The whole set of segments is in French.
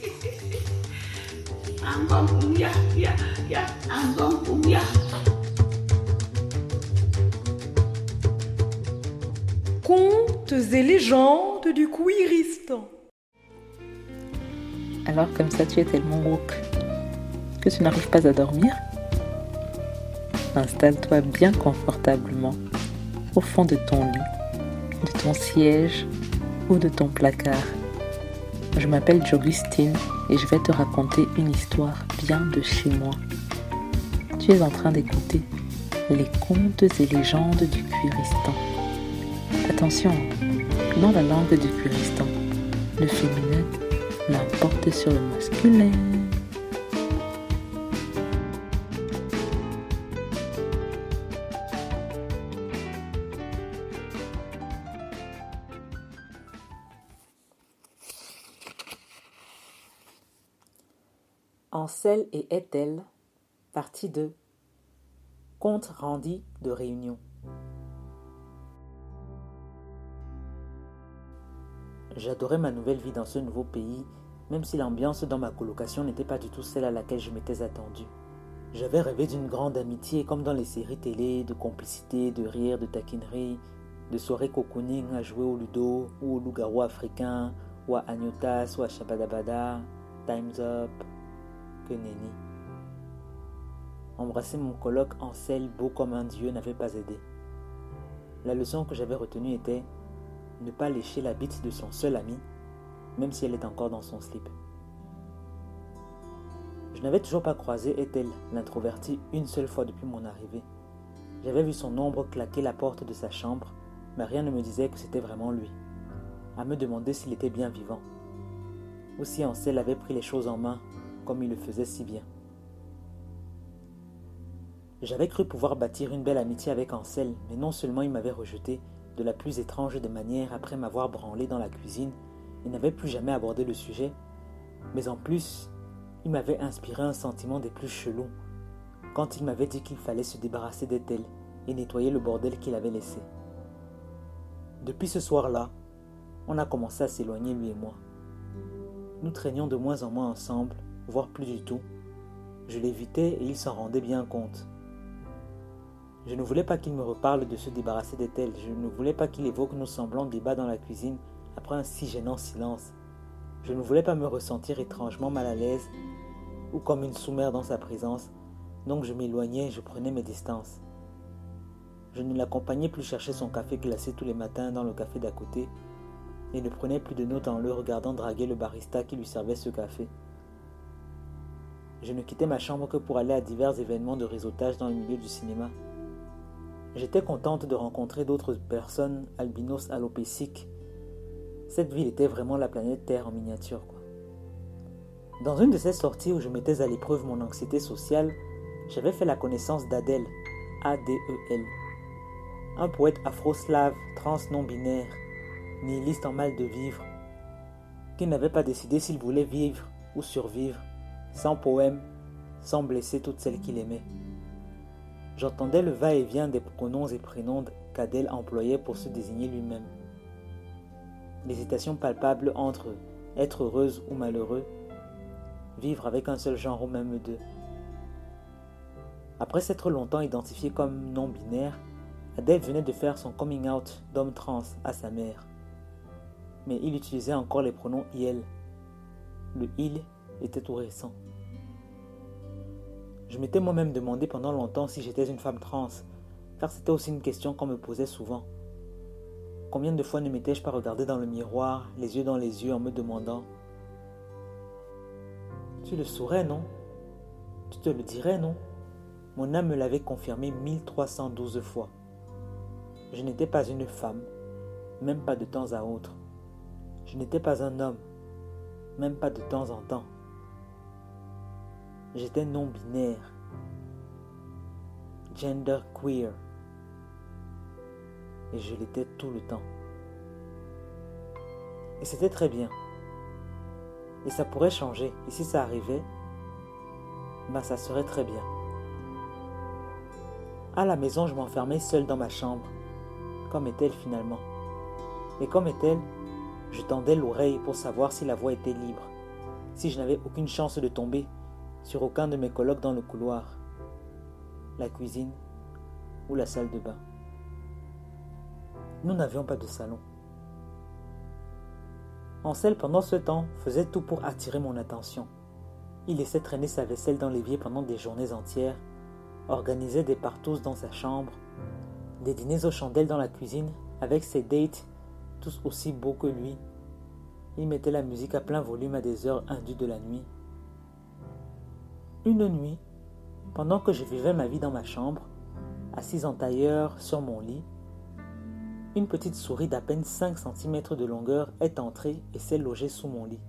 Contes et légendes du Kouiristan. Alors comme ça tu es tellement rauque que tu n'arrives pas à dormir? Installe-toi bien confortablement au fond de ton lit, de ton siège ou de ton placard. Je m'appelle Jogustine et je vais te raconter une histoire bien de chez moi. Tu es en train d'écouter les contes et légendes du Kouiristan. Attention, dans la langue du Kouiristan, le féminin l'emporte sur le masculin. Ansel et Ethel, partie 2. Compte rendu de réunion. J'adorais ma nouvelle vie dans ce nouveau pays, même si l'ambiance dans ma colocation n'était pas du tout celle à laquelle je m'étais attendu. J'avais rêvé d'une grande amitié comme dans les séries télé, de complicité, de rire, de taquinerie, de soirées cocooning à jouer au ludo ou au loup-garou africain, ou à Agnotas ou à Shabadabada, Time's Up, que nenni. Embrasser mon coloc Ansel beau comme un dieu n'avait pas aidé. La leçon que j'avais retenue était ne pas lécher la bite de son seul ami, même si elle est encore dans son slip. Je n'avais toujours pas croisé Ethel, l'introvertie, une seule fois depuis mon arrivée. J'avais vu son ombre claquer la porte de sa chambre, mais rien ne me disait que c'était vraiment lui. À me demander s'il était bien vivant, ou si Ansel avait pris les choses en main, comme il le faisait si bien. J'avais cru pouvoir bâtir une belle amitié avec Ansel, mais non seulement il m'avait rejeté de la plus étrange des manières après m'avoir branlé dans la cuisine et n'avait plus jamais abordé le sujet, mais en plus, il m'avait inspiré un sentiment des plus chelous quand il m'avait dit qu'il fallait se débarrasser d'Ethel et nettoyer le bordel qu'il avait laissé. Depuis ce soir-là, on a commencé à s'éloigner lui et moi. Nous traînions de moins en moins ensemble, voire plus du tout. Je l'évitais et il s'en rendait bien compte. Je ne voulais pas qu'il me reparle de se débarrasser d'Ethel. Je ne voulais pas qu'il évoque nos semblants débats dans la cuisine après un si gênant silence. Je ne voulais pas me ressentir étrangement mal à l'aise ou comme une sous-mère dans sa présence. Donc je m'éloignais et je prenais mes distances. Je ne l'accompagnais plus chercher son café glacé tous les matins dans le café d'à côté et ne prenais plus de notes en le regardant draguer le barista qui lui servait ce café. Je ne quittais ma chambre que pour aller à divers événements de réseautage dans le milieu du cinéma. J'étais contente de rencontrer d'autres personnes albinos alopéciques. Cette ville était vraiment la planète Terre en miniature, quoi. Dans une de ces sorties où je mettais à l'épreuve mon anxiété sociale, j'avais fait la connaissance d'Adel, A-D-E-L, un poète afro-slave, trans non-binaire, nihiliste en mal de vivre, qui n'avait pas décidé s'il voulait vivre ou survivre, sans poème, sans blesser toutes celles qu'il aimait. J'entendais le va-et-vient des pronoms et prénoms qu'Adel employait pour se désigner lui-même. L'hésitation palpable entre être heureuse ou malheureux, vivre avec un seul genre ou même deux. Après s'être longtemps identifié comme non-binaire, Adel venait de faire son coming out d'homme trans à sa mère. Mais il utilisait encore les pronoms il. Le il était tout récent. Je m'étais moi-même demandé pendant longtemps si j'étais une femme trans, car c'était aussi une question qu'on me posait souvent. Combien de fois ne m'étais-je pas regardé dans le miroir, les yeux dans les yeux, en me demandant « Tu le saurais, non? Tu te le dirais, non ?» Mon âme me l'avait confirmé 1312 fois. Je n'étais pas une femme, même pas de temps à autre. Je n'étais pas un homme, même pas de temps en temps. J'étais non-binaire, gender queer, et je l'étais tout le temps. Et c'était très bien. Et ça pourrait changer, et si ça arrivait, ça serait très bien. À la maison, je m'enfermais seule dans ma chambre, comme est-elle finalement. Et comme est-elle, je tendais l'oreille pour savoir si la voix était libre. si je n'avais aucune chance de tomber sur aucun de mes colocs dans le couloir, la cuisine ou la salle de bain. Nous n'avions pas de salon. Ansel, pendant ce temps, faisait tout pour attirer mon attention. Il laissait traîner sa vaisselle dans l'évier pendant des journées entières, organisait des partous dans sa chambre, des dîners aux chandelles dans la cuisine, avec ses dates, tous aussi beaux que lui. Il mettait la musique à plein volume à des heures indues de la nuit. Une nuit, pendant que je vivais ma vie dans ma chambre, assise en tailleur sur mon lit, une petite souris d'à peine 5 cm de longueur est entrée et s'est logée sous mon lit.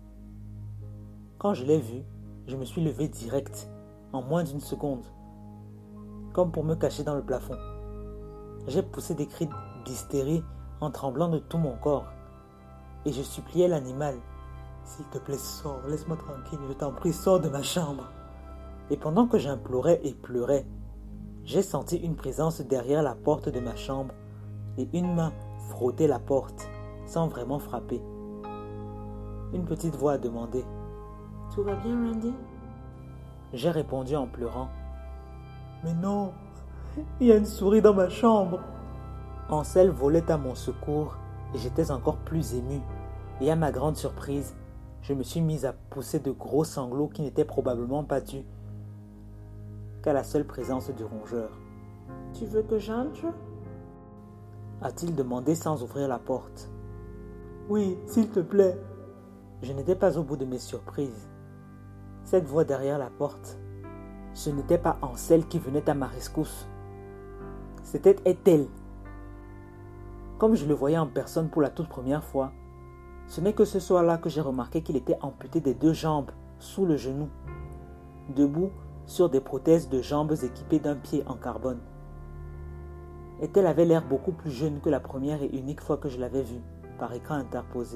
Quand je l'ai vue, je me suis levé direct, en moins d'une seconde, comme pour me cacher dans le plafond. J'ai poussé des cris d'hystérie en tremblant de tout mon corps, et je suppliais l'animal. « S'il te plaît, sors, laisse-moi tranquille, je t'en prie, sors de ma chambre. » Et pendant que j'implorais et pleurais, j'ai senti une présence derrière la porte de ma chambre et une main frotter la porte sans vraiment frapper. Une petite voix a demandé « Tout va bien, Randy ?» J'ai répondu en pleurant « Mais non, il y a une souris dans ma chambre !» Ansel volait à mon secours et j'étais encore plus ému. Et à ma grande surprise, je me suis mise à pousser de gros sanglots qui n'étaient probablement pas dus qu'à la seule présence du rongeur. « Tu veux que j'entre ?» a-t-il demandé sans ouvrir la porte. « Oui, s'il te plaît. » Je n'étais pas au bout de mes surprises. Cette voix derrière la porte, ce n'était pas Ansel qui venait à ma rescousse. C'était Ethel. Comme je le voyais en personne pour la toute première fois, ce n'est que ce soir-là que j'ai remarqué qu'il était amputé des 2 jambes, sous le genou, debout sur des prothèses de jambes équipées d'un pied en carbone. Ethel avait l'air beaucoup plus jeune que la première et unique fois que je l'avais vue, par écran interposé.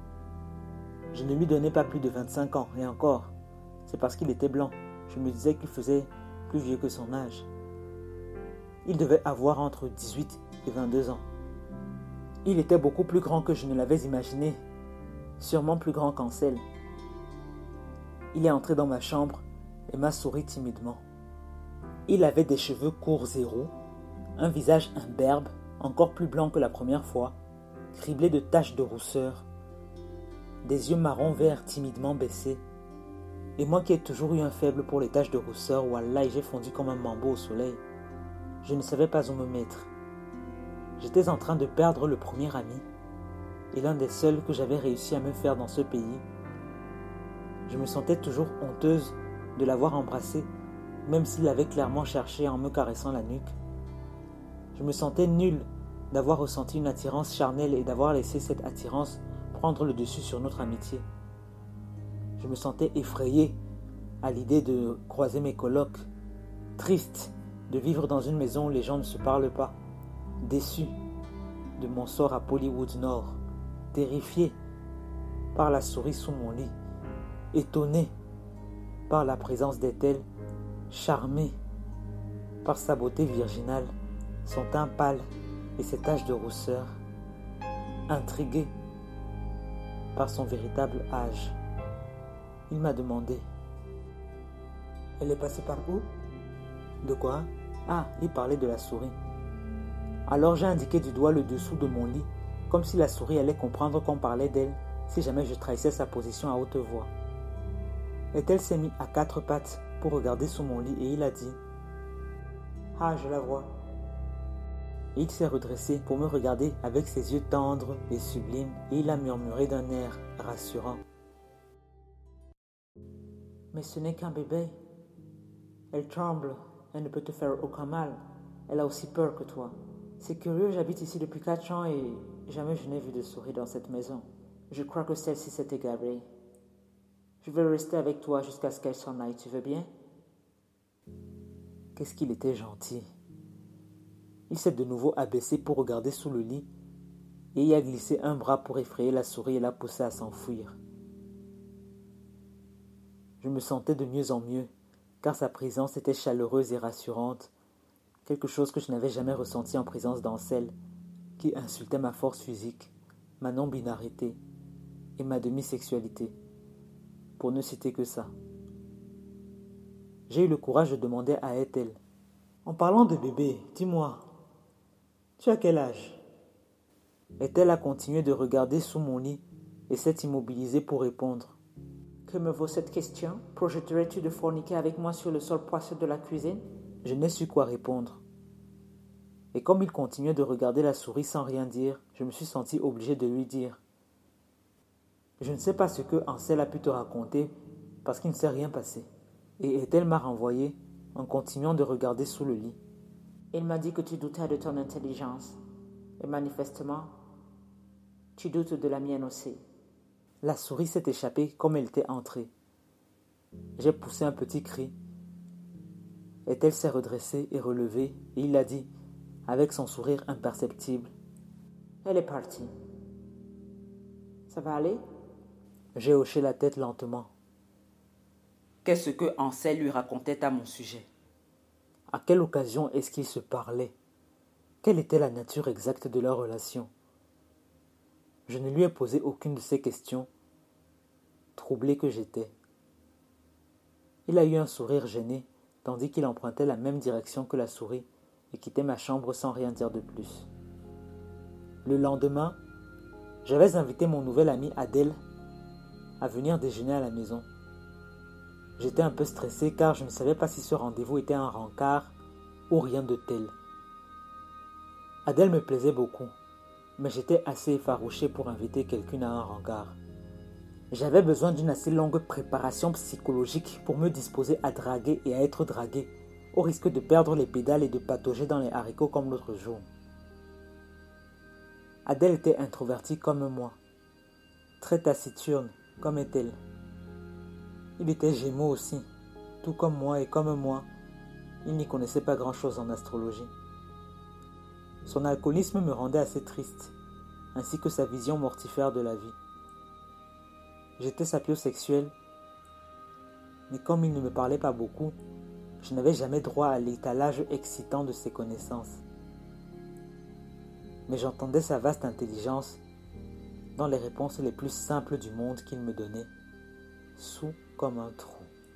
Je ne lui donnais pas plus de 25 ans, et encore, c'est parce qu'il était blanc. Je me disais qu'il faisait plus vieux que son âge. Il devait avoir entre 18 et 22 ans. Il était beaucoup plus grand que je ne l'avais imaginé, sûrement plus grand qu'Ansel. Il est entré dans ma chambre et m'a souri timidement. Il avait des cheveux courts et roux, un visage imberbe, encore plus blanc que la première fois, criblé de taches de rousseur, des yeux marron vert timidement baissés. Et moi qui ai toujours eu un faible pour les taches de rousseur, wallah, j'ai fondu comme un mambo au soleil. Je ne savais pas où me mettre. J'étais en train de perdre le premier ami, et l'un des seuls que j'avais réussi à me faire dans ce pays. Je me sentais toujours honteuse de l'avoir embrassé, même s'il avait clairement cherché en me caressant la nuque. Je me sentais nulle d'avoir ressenti une attirance charnelle et d'avoir laissé cette attirance prendre le dessus sur notre amitié. Je me sentais effrayé à l'idée de croiser mes colocs, triste de vivre dans une maison où les gens ne se parlent pas, déçu de mon sort à Pollywood Nord, terrifié par la souris sous mon lit, étonné par la présence d'Ethel, charmé par sa beauté virginale, son teint pâle et ses taches de rousseur, intrigué par son véritable âge. Il m'a demandé « Elle est passée par où ?»« De quoi ?» ?»« Ah, il parlait de la souris. » Alors j'ai indiqué du doigt le dessous de mon lit, comme si la souris allait comprendre qu'on parlait d'elle si jamais je trahissais sa position à haute voix. Et elle s'est mise à 4 pattes pour regarder sous mon lit et il a dit « Ah, je la vois. » Et il s'est redressé pour me regarder avec ses yeux tendres et sublimes et il a murmuré d'un air rassurant. « Mais ce n'est qu'un bébé. Elle tremble, elle ne peut te faire aucun mal. Elle a aussi peur que toi. C'est curieux, j'habite ici depuis 4 ans et jamais je n'ai vu de souris dans cette maison. Je crois que celle-ci s'est égarée. Je vais rester avec toi jusqu'à ce qu'elle s'en aille, tu veux bien ?» Qu'est-ce qu'il était gentil. Il s'est de nouveau abaissé pour regarder sous le lit et y a glissé un bras pour effrayer la souris et la pousser à s'enfuir. Je me sentais de mieux en mieux, car sa présence était chaleureuse et rassurante, quelque chose que je n'avais jamais ressenti en présence d'Ansel, qui insultait ma force physique, ma non-binarité et ma demi-sexualité. pour ne citer que ça. J'ai eu le courage de demander à Ethel. En parlant de bébé, dis-moi, tu as quel âge? Ethel a continué de regarder sous mon lit et s'est immobilisée pour répondre. Que me vaut cette question? Projeterais-tu de forniquer avec moi sur le sol poisseux de la cuisine? Je n'ai su quoi répondre. Et comme il continuait de regarder la souris sans rien dire, je me suis senti obligé de lui dire. Je ne sais pas ce que Ansel a pu te raconter parce qu'il ne s'est rien passé. Et Ethel m'a renvoyé en continuant de regarder sous le lit. Il m'a dit que tu doutais de ton intelligence. Et manifestement, tu doutes de la mienne aussi. La souris s'est échappée comme elle était entrée. J'ai poussé un petit cri. Ethel s'est redressée et relevée et il a dit, avec son sourire imperceptible. Elle est partie. Ça va aller? J'ai hoché la tête lentement. Qu'est-ce que Ansel lui racontait à mon sujet? À quelle occasion est-ce qu'ils se parlaient? Quelle était la nature exacte de leur relation? Je ne lui ai posé aucune de ces questions, troublé que j'étais. Il a eu un sourire gêné, tandis qu'il empruntait la même direction que la souris et quittait ma chambre sans rien dire de plus. Le lendemain, j'avais invité mon nouvel ami Adèle à venir déjeuner à la maison. J'étais un peu stressé car je ne savais pas si ce rendez-vous était un rencard ou rien de tel. Adèle me plaisait beaucoup, mais j'étais assez effarouché pour inviter quelqu'un à un rencard. J'avais besoin d'une assez longue préparation psychologique pour me disposer à draguer et à être dragué, au risque de perdre les pédales et de patauger dans les haricots comme l'autre jour. Adèle était introvertie comme moi, très taciturne comme est-elle. Il était Gémeaux aussi, tout comme moi et comme moi, il n'y connaissait pas grand-chose en astrologie. Son alcoolisme me rendait assez triste, ainsi que sa vision mortifère de la vie. J'étais sapiosexuel, mais comme il ne me parlait pas beaucoup, je n'avais jamais droit à l'étalage excitant de ses connaissances. Mais j'entendais sa vaste intelligence dans les réponses les plus simples du monde qu'il me donnait, sous comme un trou.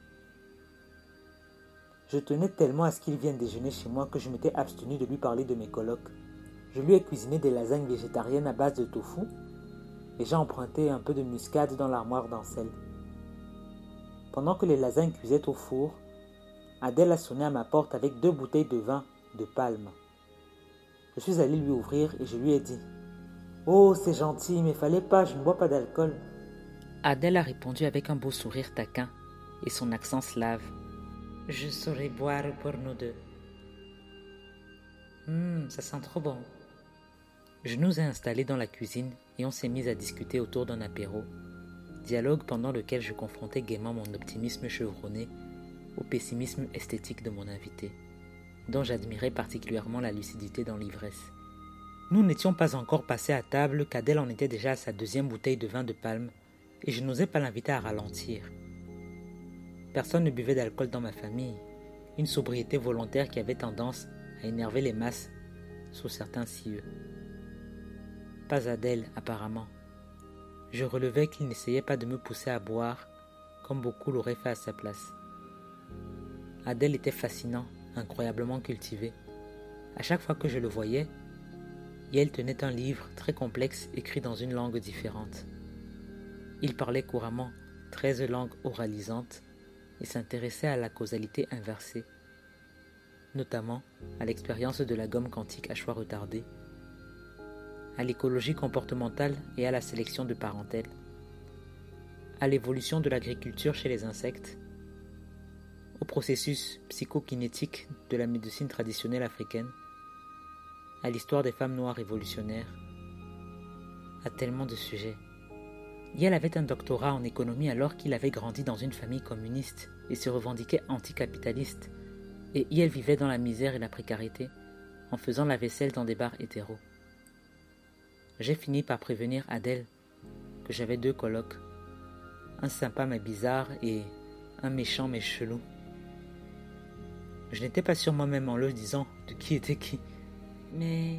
Je tenais tellement à ce qu'il vienne déjeuner chez moi que je m'étais abstenu de lui parler de mes colocs. Je lui ai cuisiné des lasagnes végétariennes à base de tofu et j'ai emprunté un peu de muscade dans l'armoire d'Ansel. Pendant que les lasagnes cuisaient au four, Adèle a sonné à ma porte avec 2 bouteilles de vin de palme. Je suis allé lui ouvrir et je lui ai dit « Oh, c'est gentil, mais fallait pas, je ne bois pas d'alcool. » Adèle a répondu avec un beau sourire taquin et son accent slave. « Je saurais boire pour nous deux. Ça sent trop bon. » Je nous ai installés dans la cuisine et on s'est mis à discuter autour d'un apéro, dialogue pendant lequel je confrontais gaiement mon optimisme chevronné au pessimisme esthétique de mon invité, dont j'admirais particulièrement la lucidité dans l'ivresse. Nous n'étions pas encore passés à table qu'Adèle en était déjà à sa 2e bouteille de vin de palme et je n'osais pas l'inviter à ralentir. Personne ne buvait d'alcool dans ma famille, une sobriété volontaire qui avait tendance à énerver les masses sous certains cieux. Pas Adèle, apparemment. Je relevais qu'il n'essayait pas de me pousser à boire, comme beaucoup l'auraient fait à sa place. Adèle était fascinant, incroyablement cultivé. À chaque fois que je le voyais, Yael tenait un livre très complexe écrit dans une langue différente. Il parlait couramment 13 langues oralisantes et s'intéressait à la causalité inversée, notamment à l'expérience de la gomme quantique à choix retardé, à l'écologie comportementale et à la sélection de parentèle, à l'évolution de l'agriculture chez les insectes, au processus psychokinétique de la médecine traditionnelle africaine, à l'histoire des femmes noires révolutionnaires, à tellement de sujets. Yael avait un doctorat en économie alors qu'il avait grandi dans une famille communiste et se revendiquait anticapitaliste, et Yael vivait dans la misère et la précarité en faisant la vaisselle dans des bars hétéros. J'ai fini par prévenir Adèle que j'avais 2 colocs, un sympa mais bizarre et un méchant mais chelou. Je n'étais pas sûr moi-même en leur disant de qui était qui. Mais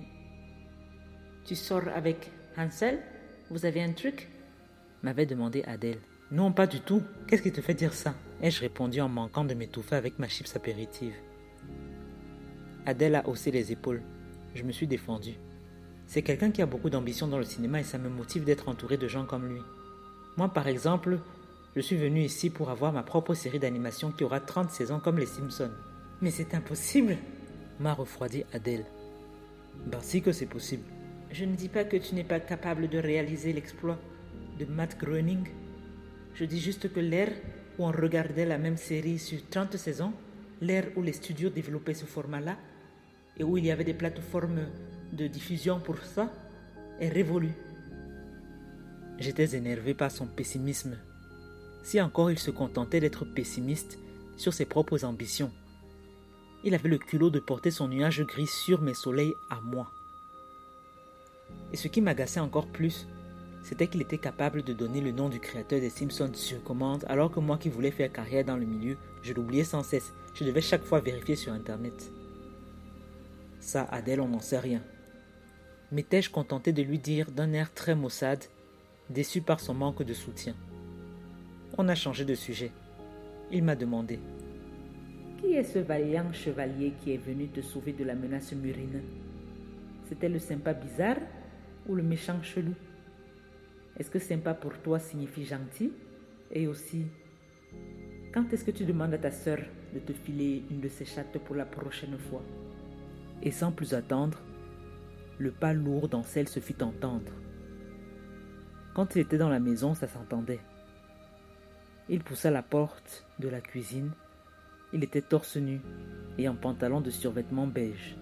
tu sors avec Hansel? Vous avez un truc? M'avait demandé Adèle. Non, pas du tout. Qu'est-ce qui te fait dire ça? Ai-je répondu en manquant de m'étouffer avec ma chips apéritive. Adèle a haussé les épaules. Je me suis défendu. C'est quelqu'un qui a beaucoup d'ambition dans le cinéma et ça me motive d'être entouré de gens comme lui. Moi, par exemple, je suis venu ici pour avoir ma propre série d'animation qui aura 30 saisons comme les Simpsons. Mais c'est impossible, m'a refroidi Adèle. Ben si que c'est possible. Je ne dis pas que tu n'es pas capable de réaliser l'exploit de Matt Groening. Je dis juste que l'ère où on regardait la même série sur 30 saisons, l'ère où les studios développaient ce format-là et où il y avait des plateformes de diffusion pour ça, est révolue. J'étais énervé par son pessimisme. Si encore il se contentait d'être pessimiste sur ses propres ambitions, il avait le culot de porter son nuage gris sur mes soleils à moi. Et ce qui m'agaçait encore plus, c'était qu'il était capable de donner le nom du créateur des Simpsons sur commande, alors que moi qui voulais faire carrière dans le milieu, je l'oubliais sans cesse. Je devais chaque fois vérifier sur Internet. Ça, Adèle, on n'en sait rien. M'étais-je contenté de lui dire d'un air très maussade, déçu par son manque de soutien. On a changé de sujet. Il m'a demandé: qui est ce vaillant chevalier qui est venu te sauver de la menace murine? C'était le sympa bizarre ou le méchant chelou? Est-ce que sympa pour toi signifie gentil? Et aussi, quand est-ce que tu demandes à ta sœur de te filer une de ses chattes pour la prochaine fois? Et sans plus attendre, le pas lourd d'Ancel se fit entendre. Quand il était dans la maison, ça s'entendait. Il poussa la porte de la cuisine. Il était torse nu et en pantalon de survêtement beige.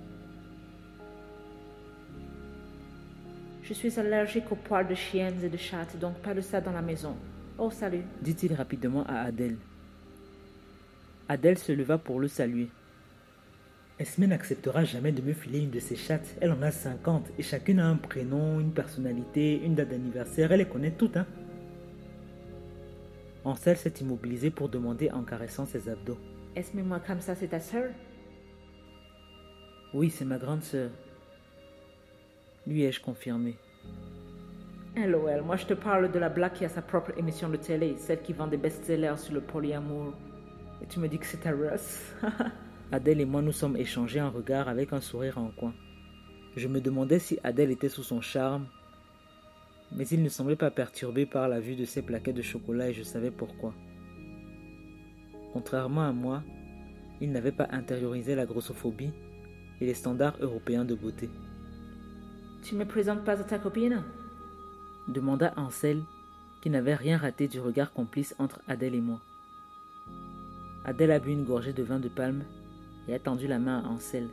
Je suis allergique aux poils de chiennes et de chattes, donc pas de ça dans la maison. Oh, salut, dit-il rapidement à Adèle. Adèle se leva pour le saluer. Esme n'acceptera jamais de me filer une de ses chattes. Elle en a 50 et chacune a un prénom, une personnalité, une date d'anniversaire. Elle les connaît toutes, hein. Ansel s'est immobilisé pour demander en caressant ses abdos. Esme, moi comme ça, c'est ta sœur? Oui, c'est ma grande sœur. Lui ai-je confirmé. LOL, moi je te parle de la blague qui a sa propre émission de télé, celle qui vend des best-sellers sur le polyamour. Et tu me dis que c'est ta Russ. Adèle et moi nous sommes échangés un regard avec un sourire en coin. Je me demandais si Adèle était sous son charme, mais il ne semblait pas perturbé par la vue de ses plaquettes de chocolat et je savais pourquoi. Contrairement à moi, il n'avait pas intériorisé la grossophobie et les standards européens de beauté. Tu me présentes pas à ta copine? Demanda Ansel, qui n'avait rien raté du regard complice entre Adèle et moi. Adèle a bu une gorgée de vin de palme et a tendu la main à Ansel.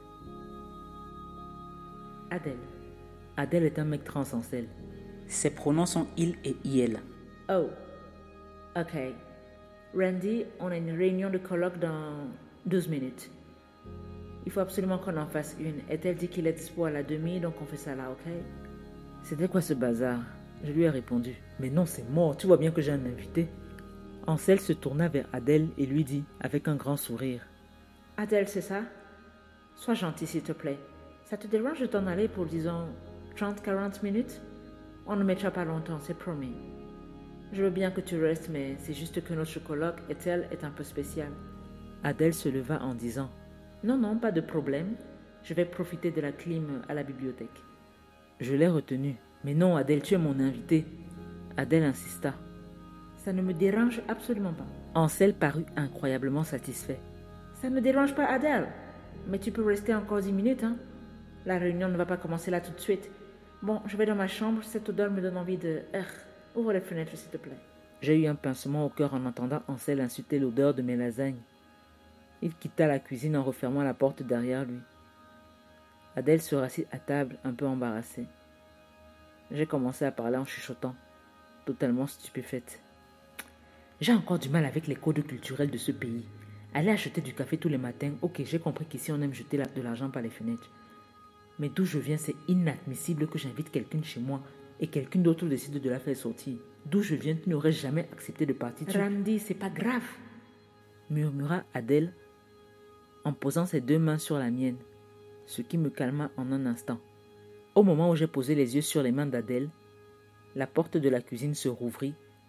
Adèle. Adèle est un mec trans, Ansel. Ses pronoms sont il et il. Oh, ok. Randy, on a une réunion de colloque dans 12 minutes. Il faut absolument qu'on en fasse une. Et elle dit qu'il est dispo à la demi, donc on fait ça là, ok? C'était quoi ce bazar? Je lui ai répondu. Mais non, c'est mort, tu vois bien que j'ai un invité. Ansel se tourna vers Adèle et lui dit, avec un grand sourire. Adèle, c'est ça? Sois gentille, s'il te plaît. Ça te dérange de t'en aller pour, disons, 30-40 minutes? On ne mettra pas longtemps, c'est promis. Je veux bien que tu restes, mais c'est juste que notre colloque, Ethel, est un peu spécial. Adèle se leva en disant, non, pas de problème. Je vais profiter de la clim à la bibliothèque. Je l'ai retenue. Mais non, Adèle, tu es mon invitée. Adèle insista. Ça ne me dérange absolument pas. Ansel parut incroyablement satisfait. Ça ne dérange pas, Adèle. Mais tu peux rester encore 10 minutes, hein. La réunion ne va pas commencer là tout de suite. Bon, je vais dans ma chambre. Cette odeur me donne envie de... Ouvre les fenêtres, s'il te plaît. J'ai eu un pincement au cœur en entendant Ansel insulter l'odeur de mes lasagnes. Il quitta la cuisine en refermant la porte derrière lui. Adèle se rassit à table, un peu embarrassée. J'ai commencé à parler en chuchotant, totalement stupéfaite. J'ai encore du mal avec les codes culturels de ce pays. Aller acheter du café tous les matins, ok, j'ai compris qu'ici on aime jeter de l'argent par les fenêtres. Mais d'où je viens, c'est inadmissible que j'invite quelqu'un chez moi et quelqu'un d'autre décide de la faire sortir. D'où je viens, tu n'aurais jamais accepté de partir. Randy, c'est pas grave, murmura Adèle en posant ses 2 mains sur la mienne, ce qui me calma en un instant. Au moment où j'ai posé les yeux sur les mains d'Adèle, la porte de la cuisine se rouvrit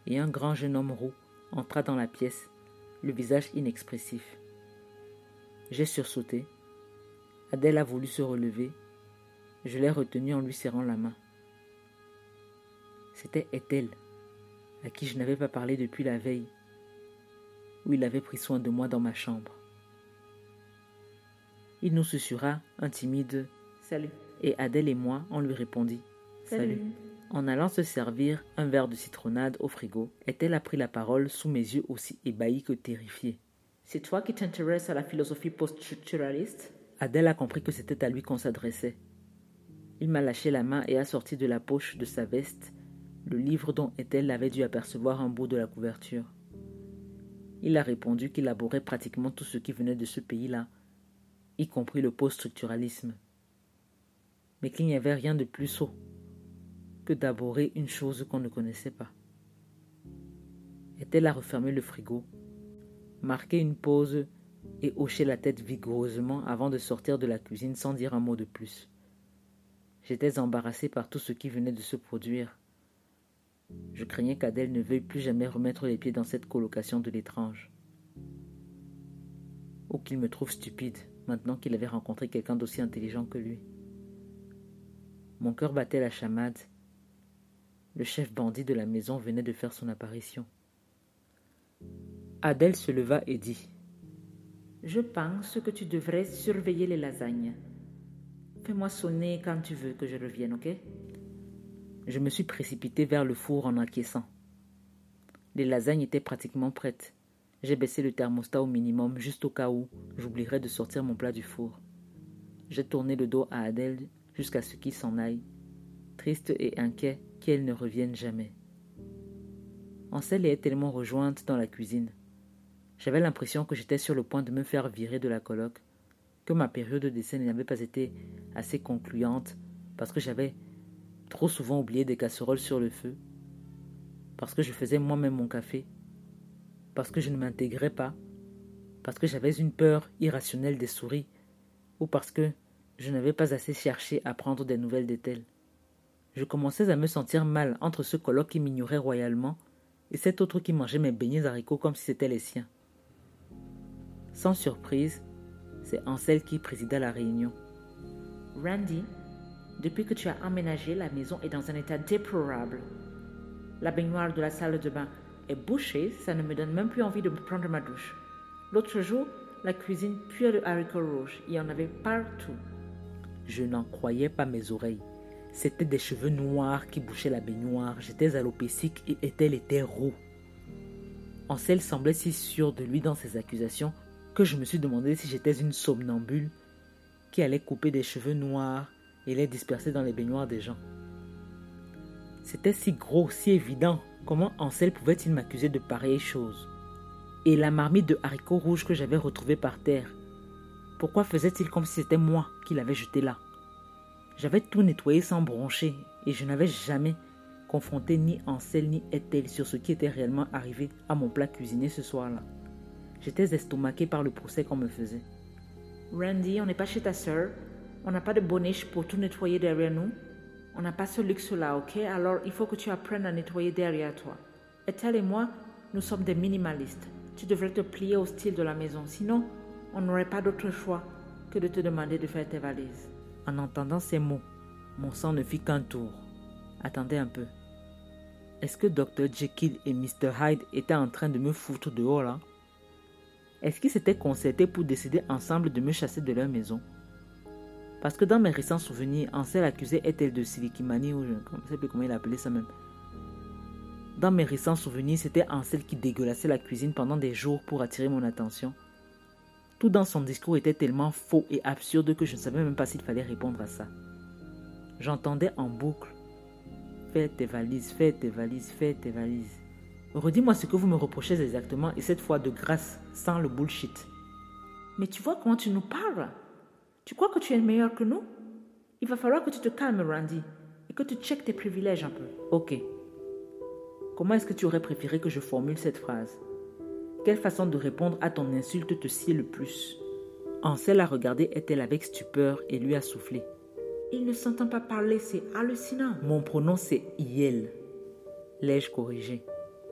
et un grand jeune homme roux entra dans la pièce, le visage inexpressif. J'ai sursauté. Adèle a voulu se relever. Je l'ai retenue en lui serrant la main. C'était Ethel, à qui je n'avais pas parlé depuis la veille, où il avait pris soin de moi dans ma chambre. Il nous susurra un timide « Salut » et Adèle et moi, on lui répondit « Salut ». En allant se servir un verre de citronnade au frigo, Ethel a pris la parole sous mes yeux aussi ébahis que terrifiés. « C'est toi qui t'intéresses à la philosophie post-structuraliste » Adèle a compris que c'était à lui qu'on s'adressait. Il m'a lâché la main et a sorti de la poche de sa veste le livre dont Ethel avait dû apercevoir un bout de la couverture. Il a répondu qu'il abhorrait pratiquement tout ce qui venait de ce pays-là, y compris le post-structuralisme, mais qu'il n'y avait rien de plus sot que d'abhorrer une chose qu'on ne connaissait pas. Ethel a refermé le frigo, marqué une pause et hoché la tête vigoureusement avant de sortir de la cuisine sans dire un mot de plus. J'étais embarrassé par tout ce qui venait de se produire. Je craignais qu'Adèle ne veuille plus jamais remettre les pieds dans cette colocation de l'étrange. Ou qu'il me trouve stupide, maintenant qu'il avait rencontré quelqu'un d'aussi intelligent que lui. Mon cœur battait la chamade. Le chef bandit de la maison venait de faire son apparition. Adèle se leva et dit « Je pense que tu devrais surveiller les lasagnes. Fais-moi sonner quand tu veux que je revienne, ok ?» Je me suis précipité vers le four en acquiesçant. Les lasagnes étaient pratiquement prêtes. J'ai baissé le thermostat au minimum, juste au cas où j'oublierais de sortir mon plat du four. J'ai tourné le dos à Adèle jusqu'à ce qu'il s'en aille, triste et inquiet qu'elle ne revienne jamais. Ansel est tellement rejointe dans la cuisine. J'avais l'impression que j'étais sur le point de me faire virer de la coloc, que ma période d'essai n'avait pas été assez concluante parce que j'avais trop souvent oublié des casseroles sur le feu, parce que je faisais moi-même mon café, parce que je ne m'intégrais pas, parce que j'avais une peur irrationnelle des souris, ou parce que je n'avais pas assez cherché à prendre des nouvelles d'Ethel. Je commençais à me sentir mal entre ce coloc qui m'ignorait royalement et cet autre qui mangeait mes beignets haricots comme si c'était les siens. Sans surprise, c'est Ansel qui présida la réunion. « Randy, depuis que tu as emménagé, la maison est dans un état déplorable. La baignoire de la salle de bain est bouchée, ça ne me donne même plus envie de prendre ma douche. L'autre jour, la cuisine puait le haricot rouge, il y en avait partout. » Je n'en croyais pas mes oreilles. C'étaient des cheveux noirs qui bouchaient la baignoire. J'étais alopécique et Ethel était roux. Ansel semblait si sûr de lui dans ses accusations que je me suis demandé si j'étais une somnambule qui allait couper des cheveux noirs et les disperser dans les baignoires des gens. C'était si gros, si évident. Comment Ansel pouvait-il m'accuser de pareilles choses? Et la marmite de haricots rouges que j'avais retrouvée par terre, pourquoi faisait-il comme si c'était moi qui l'avais jetée là? J'avais tout nettoyé sans broncher et je n'avais jamais confronté ni Ansel ni Ethel sur ce qui était réellement arrivé à mon plat cuisiné ce soir-là. J'étais estomaqué par le procès qu'on me faisait. « Randy, on n'est pas chez ta sœur. On n'a pas de boniche pour tout nettoyer derrière nous. On n'a pas ce luxe-là, ok? Alors il faut que tu apprennes à nettoyer derrière toi. Ethel et moi, nous sommes des minimalistes. Tu devrais te plier au style de la maison. Sinon, on n'aurait pas d'autre choix que de te demander de faire tes valises. » En entendant ces mots, mon sang ne fit qu'un tour. Attendez un peu. Est-ce que Dr. Jekyll et Mr. Hyde étaient en train de me foutre dehors là? Est-ce qu'ils s'étaient concertés pour décider ensemble de me chasser de leur maison? Parce que dans mes récents souvenirs, Ansel accusait Ethel de silikimanie ou je ne sais plus comment il appelait ça même. Dans mes récents souvenirs, c'était Ansel qui dégueulassait la cuisine pendant des jours pour attirer mon attention. Tout dans son discours était tellement faux et absurde que je ne savais même pas s'il fallait répondre à ça. J'entendais en boucle « Fais tes valises, fais tes valises, fais tes valises. » Redis-moi ce que vous me reprochez exactement et cette fois de grâce, sans le bullshit. Mais tu vois comment tu nous parles? Tu crois que tu es meilleur que nous? Il va falloir que tu te calmes, Randy, et que tu checkes tes privilèges un peu. Ok. Comment est-ce que tu aurais préféré que je formule cette phrase? Quelle façon de répondre à ton insulte te sied le plus? Ansel a regardé Ethel avec stupeur et lui a soufflé. Il ne s'entend pas parler, c'est hallucinant. Mon pronom c'est Iel. L'ai-je corrigé?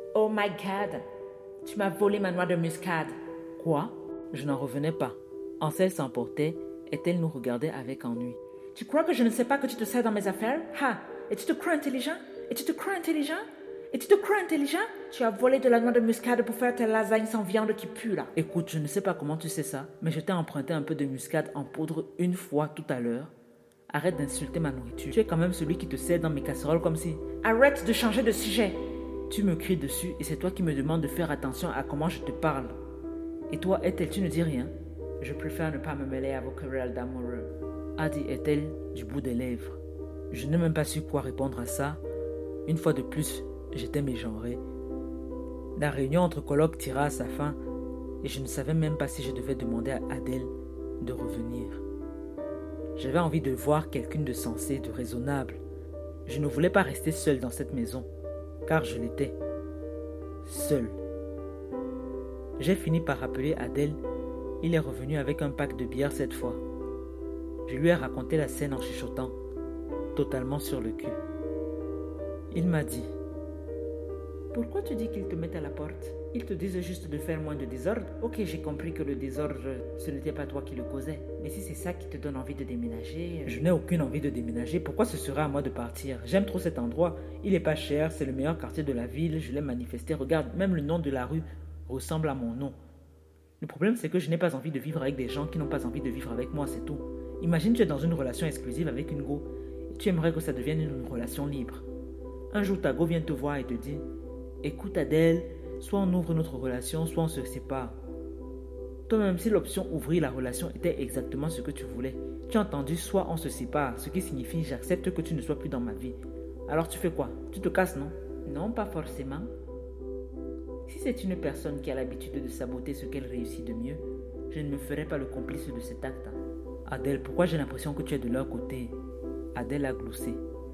Oh my God, tu m'as volé ma noix de muscade. Quoi? Je n'en revenais pas. Ansel s'emportait et elle nous regardait avec ennui. Tu crois que je ne sais pas que tu te sers dans mes affaires? Ha! Et tu te crois intelligent? Et tu te crois intelligent? Et tu te crois intelligent? Tu as volé de la noix de muscade pour faire tes lasagnes sans viande qui puent là. Écoute, je ne sais pas comment tu sais ça, mais je t'ai emprunté un peu de muscade en poudre une fois tout à l'heure. Arrête d'insulter ma nourriture. Tu es quand même celui qui te sert dans mes casseroles comme si... Arrête de changer de sujet. Tu me cries dessus et c'est toi qui me demandes de faire attention à comment je te parle. Et toi, Ethel, tu ne dis rien? Je préfère ne pas me mêler à vos querelles d'amoureux, a dit Ethel du bout des lèvres. Je n'ai même pas su quoi répondre à ça. Une fois de plus, j'étais mégenré. La réunion entre colocs tira à sa fin et je ne savais même pas si je devais demander à Adèle de revenir. J'avais envie de voir quelqu'une de sensé, de raisonnable. Je ne voulais pas rester seul dans cette maison, car je l'étais. Seul. J'ai fini par appeler Adèle. Il est revenu avec un pack de bière cette fois. Je lui ai raconté la scène en chuchotant, totalement sur le cul. Il m'a dit: pourquoi tu dis qu'ils te mettent à la porte? Ils te disent juste de faire moins de désordre. Ok, j'ai compris que le désordre, ce n'était pas toi qui le causais. Mais si c'est ça qui te donne envie de déménager... Je n'ai aucune envie de déménager. Pourquoi ce serait à moi de partir? J'aime trop cet endroit. Il est pas cher, c'est le meilleur quartier de la ville. Je l'ai manifesté. Regarde, même le nom de la rue ressemble à mon nom. Le problème, c'est que je n'ai pas envie de vivre avec des gens qui n'ont pas envie de vivre avec moi, c'est tout. Imagine, tu es dans une relation exclusive avec une go et tu aimerais que ça devienne une relation libre. Un jour, ta go vient te voir et te dit: écoute Adèle, soit on ouvre notre relation, soit on se sépare. Toi-même, si l'option ouvrir la relation était exactement ce que tu voulais, tu as entendu soit on se sépare, ce qui signifie j'accepte que tu ne sois plus dans ma vie. Alors tu fais quoi? Tu te casses, non? Non, pas forcément. Si c'est une personne qui a l'habitude de saboter ce qu'elle réussit de mieux, je ne me ferai pas le complice de cet acte. Adèle, pourquoi j'ai l'impression que tu es de leur côté? Adèle a gloussé.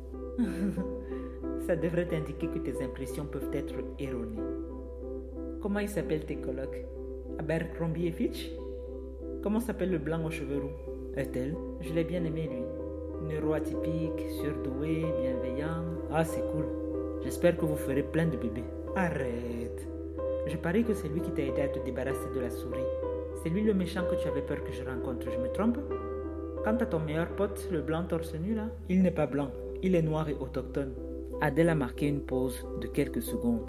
Ça devrait t'indiquer que tes impressions peuvent être erronées. Comment ils s'appellent tes colocs? Abercrombie et Fitch? Comment s'appelle le blanc aux cheveux roux? Ethel? Je l'ai bien aimé lui. Neuroatypique, surdoué, bienveillant. Ah, c'est cool. J'espère que vous ferez plein de bébés. Arrête. Je parie que c'est lui qui t'a aidé à te débarrasser de la souris. C'est lui le méchant que tu avais peur que je rencontre, je me trompe? Quant à ton meilleur pote, le blanc torse nu là, il n'est pas blanc, il est noir et autochtone. Adèle a marqué une pause de quelques secondes.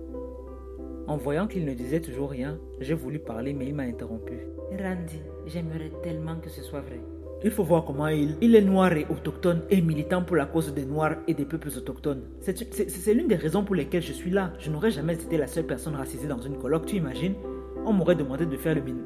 En voyant qu'il ne disait toujours rien, j'ai voulu parler mais il m'a interrompu. Randy, j'aimerais tellement que ce soit vrai. Il faut voir comment il est noir et autochtone et militant pour la cause des Noirs et des peuples autochtones. C'est l'une des raisons pour lesquelles je suis là. Je n'aurais jamais été la seule personne racisée dans une colloque, tu imagines? On m'aurait demandé de faire le min...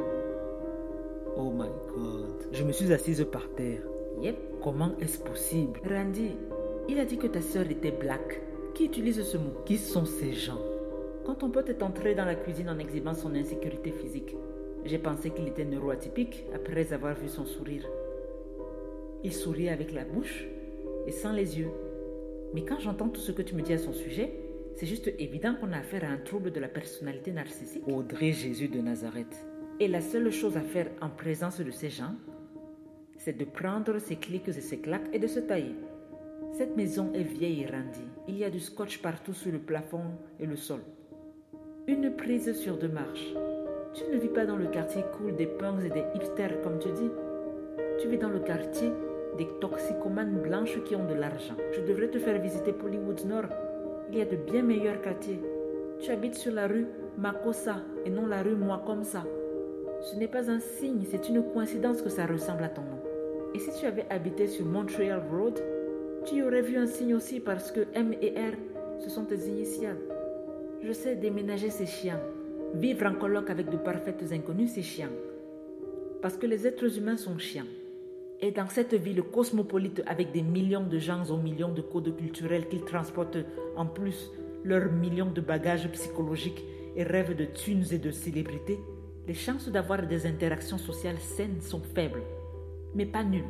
Oh my God. Je me suis assise par terre. Yep. Comment est-ce possible? Randy, il a dit que ta sœur était black. Qui utilise ce mot? Qui sont ces gens? Quand ton pote est entré dans la cuisine en exhibant son insécurité physique, j'ai pensé qu'il était neuroatypique après avoir vu son sourire. Il sourit avec la bouche et sans les yeux. Mais quand j'entends tout ce que tu me dis à son sujet, c'est juste évident qu'on a affaire à un trouble de la personnalité narcissique. Audrey Jésus de Nazareth. Et la seule chose à faire en présence de ces gens, c'est de prendre ses clics et ses claques et de se tailler. Cette maison est vieille, Randy. Il y a du scotch partout sur le plafond et le sol. Une prise sur 2 marches. Tu ne vis pas dans le quartier cool des punks et des hipsters comme tu dis. Tu vis dans le quartier des toxicomanes blanches qui ont de l'argent. Je devrais te faire visiter Pollywood Nord. Il y a de bien meilleurs quartiers. Tu habites sur la rue Makossa et non la rue Moi comme ça. Ce n'est pas un signe, c'est une coïncidence que ça ressemble à ton nom. Et si tu avais habité sur Montreal Road, tu y aurais vu un signe aussi parce que M et R, ce sont tes initiales. Je sais, déménager c'est chiant. Vivre en coloc avec de parfaites inconnues c'est chiant. Parce que les êtres humains sont chiants. Et dans cette ville cosmopolite avec des millions de gens aux millions de codes culturels qu'ils transportent en plus leurs millions de bagages psychologiques et rêvent de thunes et de célébrités, les chances d'avoir des interactions sociales saines sont faibles, mais pas nulles.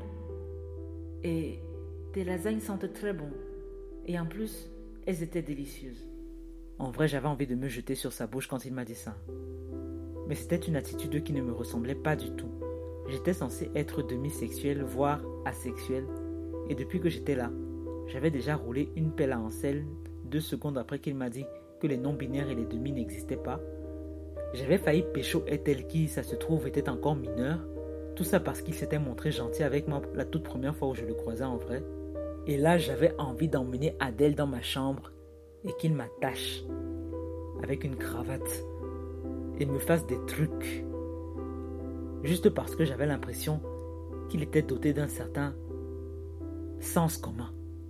Et tes lasagnes sentent très bon. Et en plus, elles étaient délicieuses. En vrai, j'avais envie de me jeter sur sa bouche quand il m'a dit ça. Mais c'était une attitude qui ne me ressemblait pas du tout. J'étais censé être demi-sexuel, voire asexuel. Et depuis que j'étais là, j'avais déjà roulé une pelle à Ansel 2 secondes après qu'il m'a dit que les non-binaires et les demi n'existaient pas. J'avais failli pécho Ethel qui, ça se trouve, était encore mineur. Tout ça parce qu'il s'était montré gentil avec moi la toute première fois où je le croisais en vrai. Et là, j'avais envie d'emmener Adèle dans ma chambre et qu'il m'attache avec une cravate et me fasse des trucs. Juste parce que j'avais l'impression qu'il était doté d'un certain sens commun.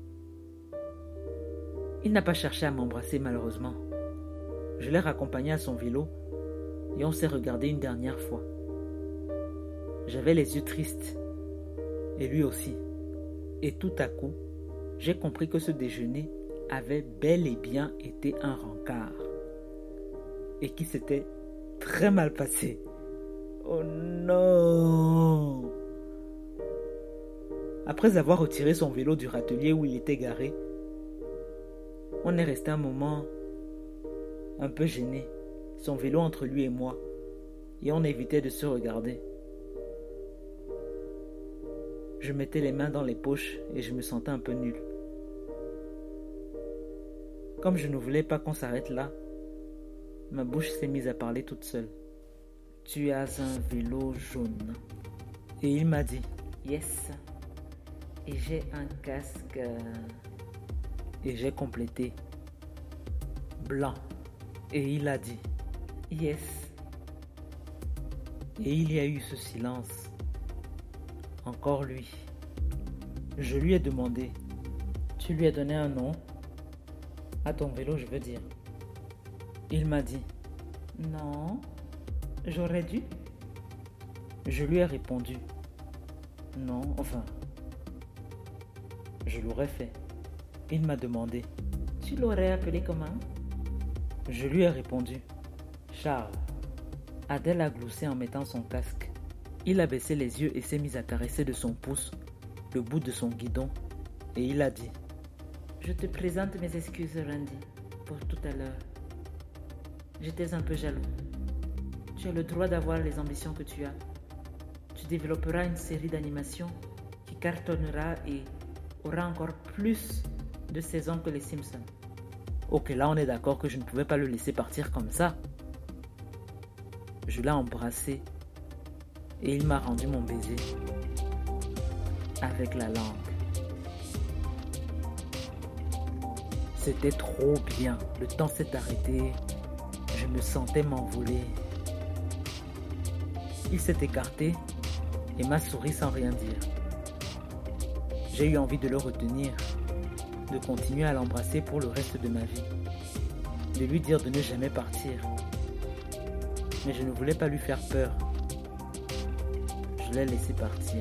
Il n'a pas cherché à m'embrasser malheureusement. Je l'ai raccompagné à son vélo et on s'est regardé une dernière fois. J'avais les yeux tristes et lui aussi. Et tout à coup, j'ai compris que ce déjeuner avait bel et bien été un rencard et qui s'était très mal passé. Oh non! Après avoir retiré son vélo du râtelier où il était garé, on est resté un moment un peu gêné, son vélo entre lui et moi, et on évitait de se regarder. Je mettais les mains dans les poches et je me sentais un peu nul. Comme je ne voulais pas qu'on s'arrête là, ma bouche s'est mise à parler toute seule. Tu as un vélo jaune. Et il m'a dit, yes. Et j'ai un casque. Et j'ai complété, blanc. Et il a dit, yes. Et il y a eu ce silence. Encore lui. Je lui ai demandé, tu lui as donné un nom? À ton vélo, je veux dire. Il m'a dit, non, j'aurais dû. Je lui ai répondu, non, enfin, je l'aurais fait. Il m'a demandé, tu l'aurais appelé comment? Je lui ai répondu, Charles. Adèle a gloussé en mettant son casque. Il a baissé les yeux et s'est mis à caresser de son pouce le bout de son guidon et il a dit, je te présente mes excuses, Randy, pour tout à l'heure. J'étais un peu jaloux. Tu as le droit d'avoir les ambitions que tu as. Tu développeras une série d'animations qui cartonnera et aura encore plus de saisons que les Simpsons. Ok, là on est d'accord que je ne pouvais pas le laisser partir comme ça. Je l'ai embrassé et il m'a rendu mon baiser avec la langue. C'était trop bien. Le temps s'est arrêté. Je me sentais m'envoler. Il s'est écarté et m'a souri sans rien dire. J'ai eu envie de le retenir, de continuer à l'embrasser pour le reste de ma vie, de lui dire de ne jamais partir. Mais je ne voulais pas lui faire peur. Je l'ai laissé partir.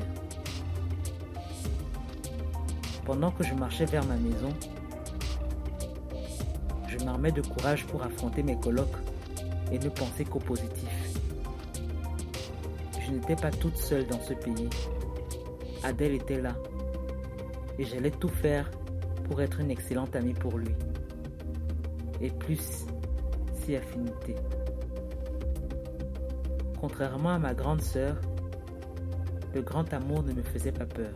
Pendant que je marchais vers ma maison, je m'armais de courage pour affronter mes colocs et ne penser qu'au positif. Je n'étais pas toute seule dans ce pays. Adèle était là et j'allais tout faire pour être une excellente amie pour lui. Et plus si affinité. Contrairement à ma grande sœur, le grand amour ne me faisait pas peur.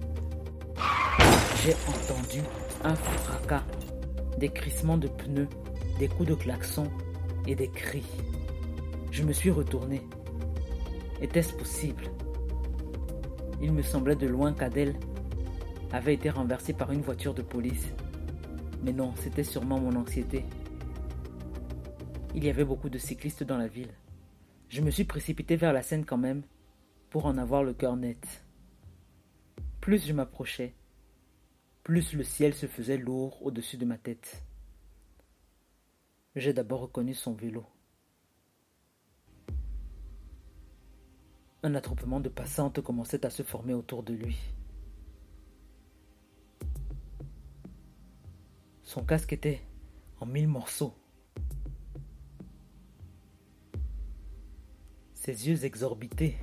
J'ai entendu un fracas, des crissements de pneus, des coups de klaxon et des cris. Je me suis retourné. Était-ce possible? Il me semblait de loin qu'Adèle avait été renversée par une voiture de police. Mais non, c'était sûrement mon anxiété. Il y avait beaucoup de cyclistes dans la ville. Je me suis précipité vers la scène quand même, pour en avoir le cœur net. Plus je m'approchais, plus le ciel se faisait lourd au-dessus de ma tête. J'ai d'abord reconnu son vélo. Un attroupement de passantes commençait à se former autour de lui. Son casque était en 1000 morceaux. Ses yeux exorbités.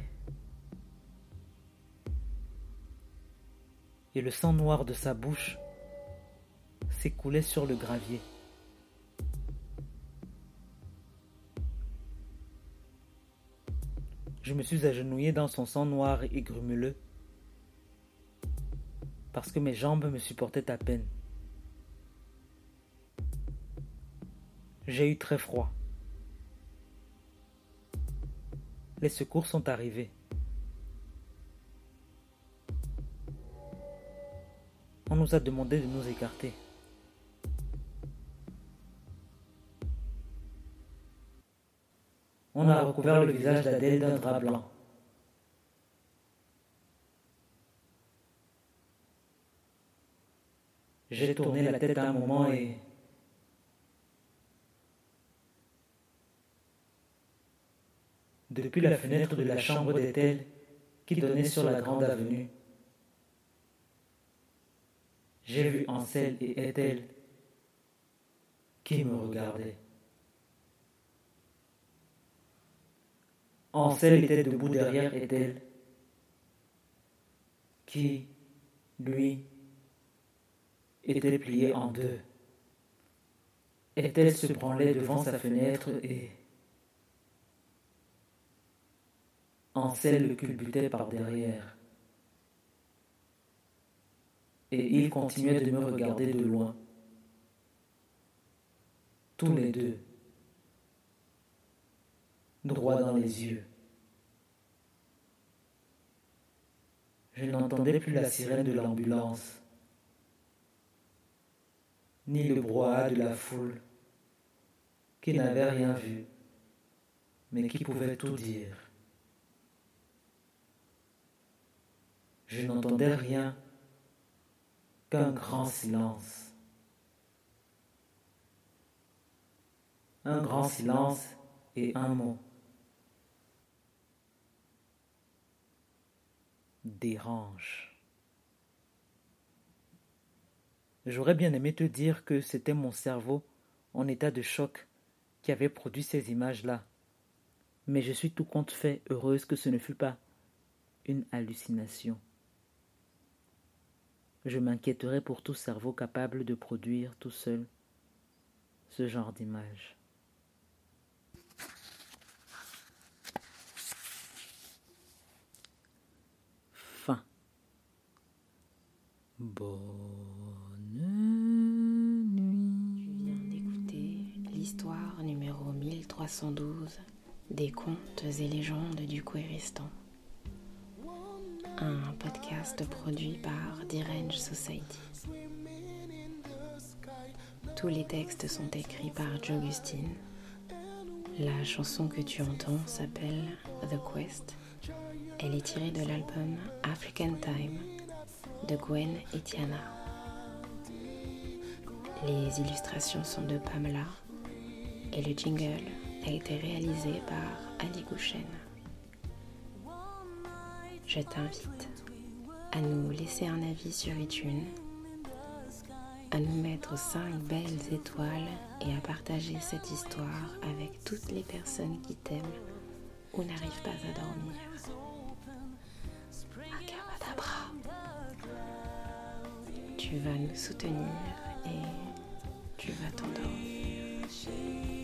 Et le sang noir de sa bouche s'écoulait sur le gravier. Je me suis agenouillé dans son sang noir et grumeleux parce que mes jambes me supportaient à peine. J'ai eu très froid. Les secours sont arrivés. On nous a demandé de nous écarter. On a recouvert le visage d'Adèle d'un drap blanc. J'ai tourné la tête à un moment et... Depuis la fenêtre de la chambre d'Ethel qui donnait sur la grande avenue, j'ai vu Ansel et Ethel qui me regardaient. Ansel était debout derrière Ethel, qui, lui, était plié en deux. Ethel se branlait devant sa fenêtre et Ansel le culbutait par derrière. Et il continuait de me regarder de loin. Tous les deux. Droit dans les yeux. Je n'entendais plus la sirène de l'ambulance, ni le brouhaha de la foule, qui n'avait rien vu, mais qui pouvait tout dire. Je n'entendais rien qu'un grand silence. Un grand silence et un mot. Dérange. J'aurais bien aimé te dire que c'était mon cerveau en état de choc qui avait produit ces images-là. Mais je suis tout compte fait heureuse que ce ne fût pas une hallucination. Je m'inquiéterais pour tout cerveau capable de produire tout seul ce genre d'images. Fin. Bonne nuit. Tu viens d'écouter l'histoire numéro 1312 des contes et légendes du Kouéristan. Un podcast produit par Dirange Society. Tous les textes sont écrits par Jogustine. La chanson que tu entends s'appelle The Quest. Elle est tirée de l'album African Time de Gwen et Tiana. Les illustrations sont de Pamela et le jingle a été réalisé par Ali Gouchen. Je t'invite à nous laisser un avis sur iTunes, à nous mettre 5 belles étoiles et à partager cette histoire avec toutes les personnes qui t'aiment ou n'arrivent pas à dormir. Akabadabra. Tu vas nous soutenir et tu vas t'endormir.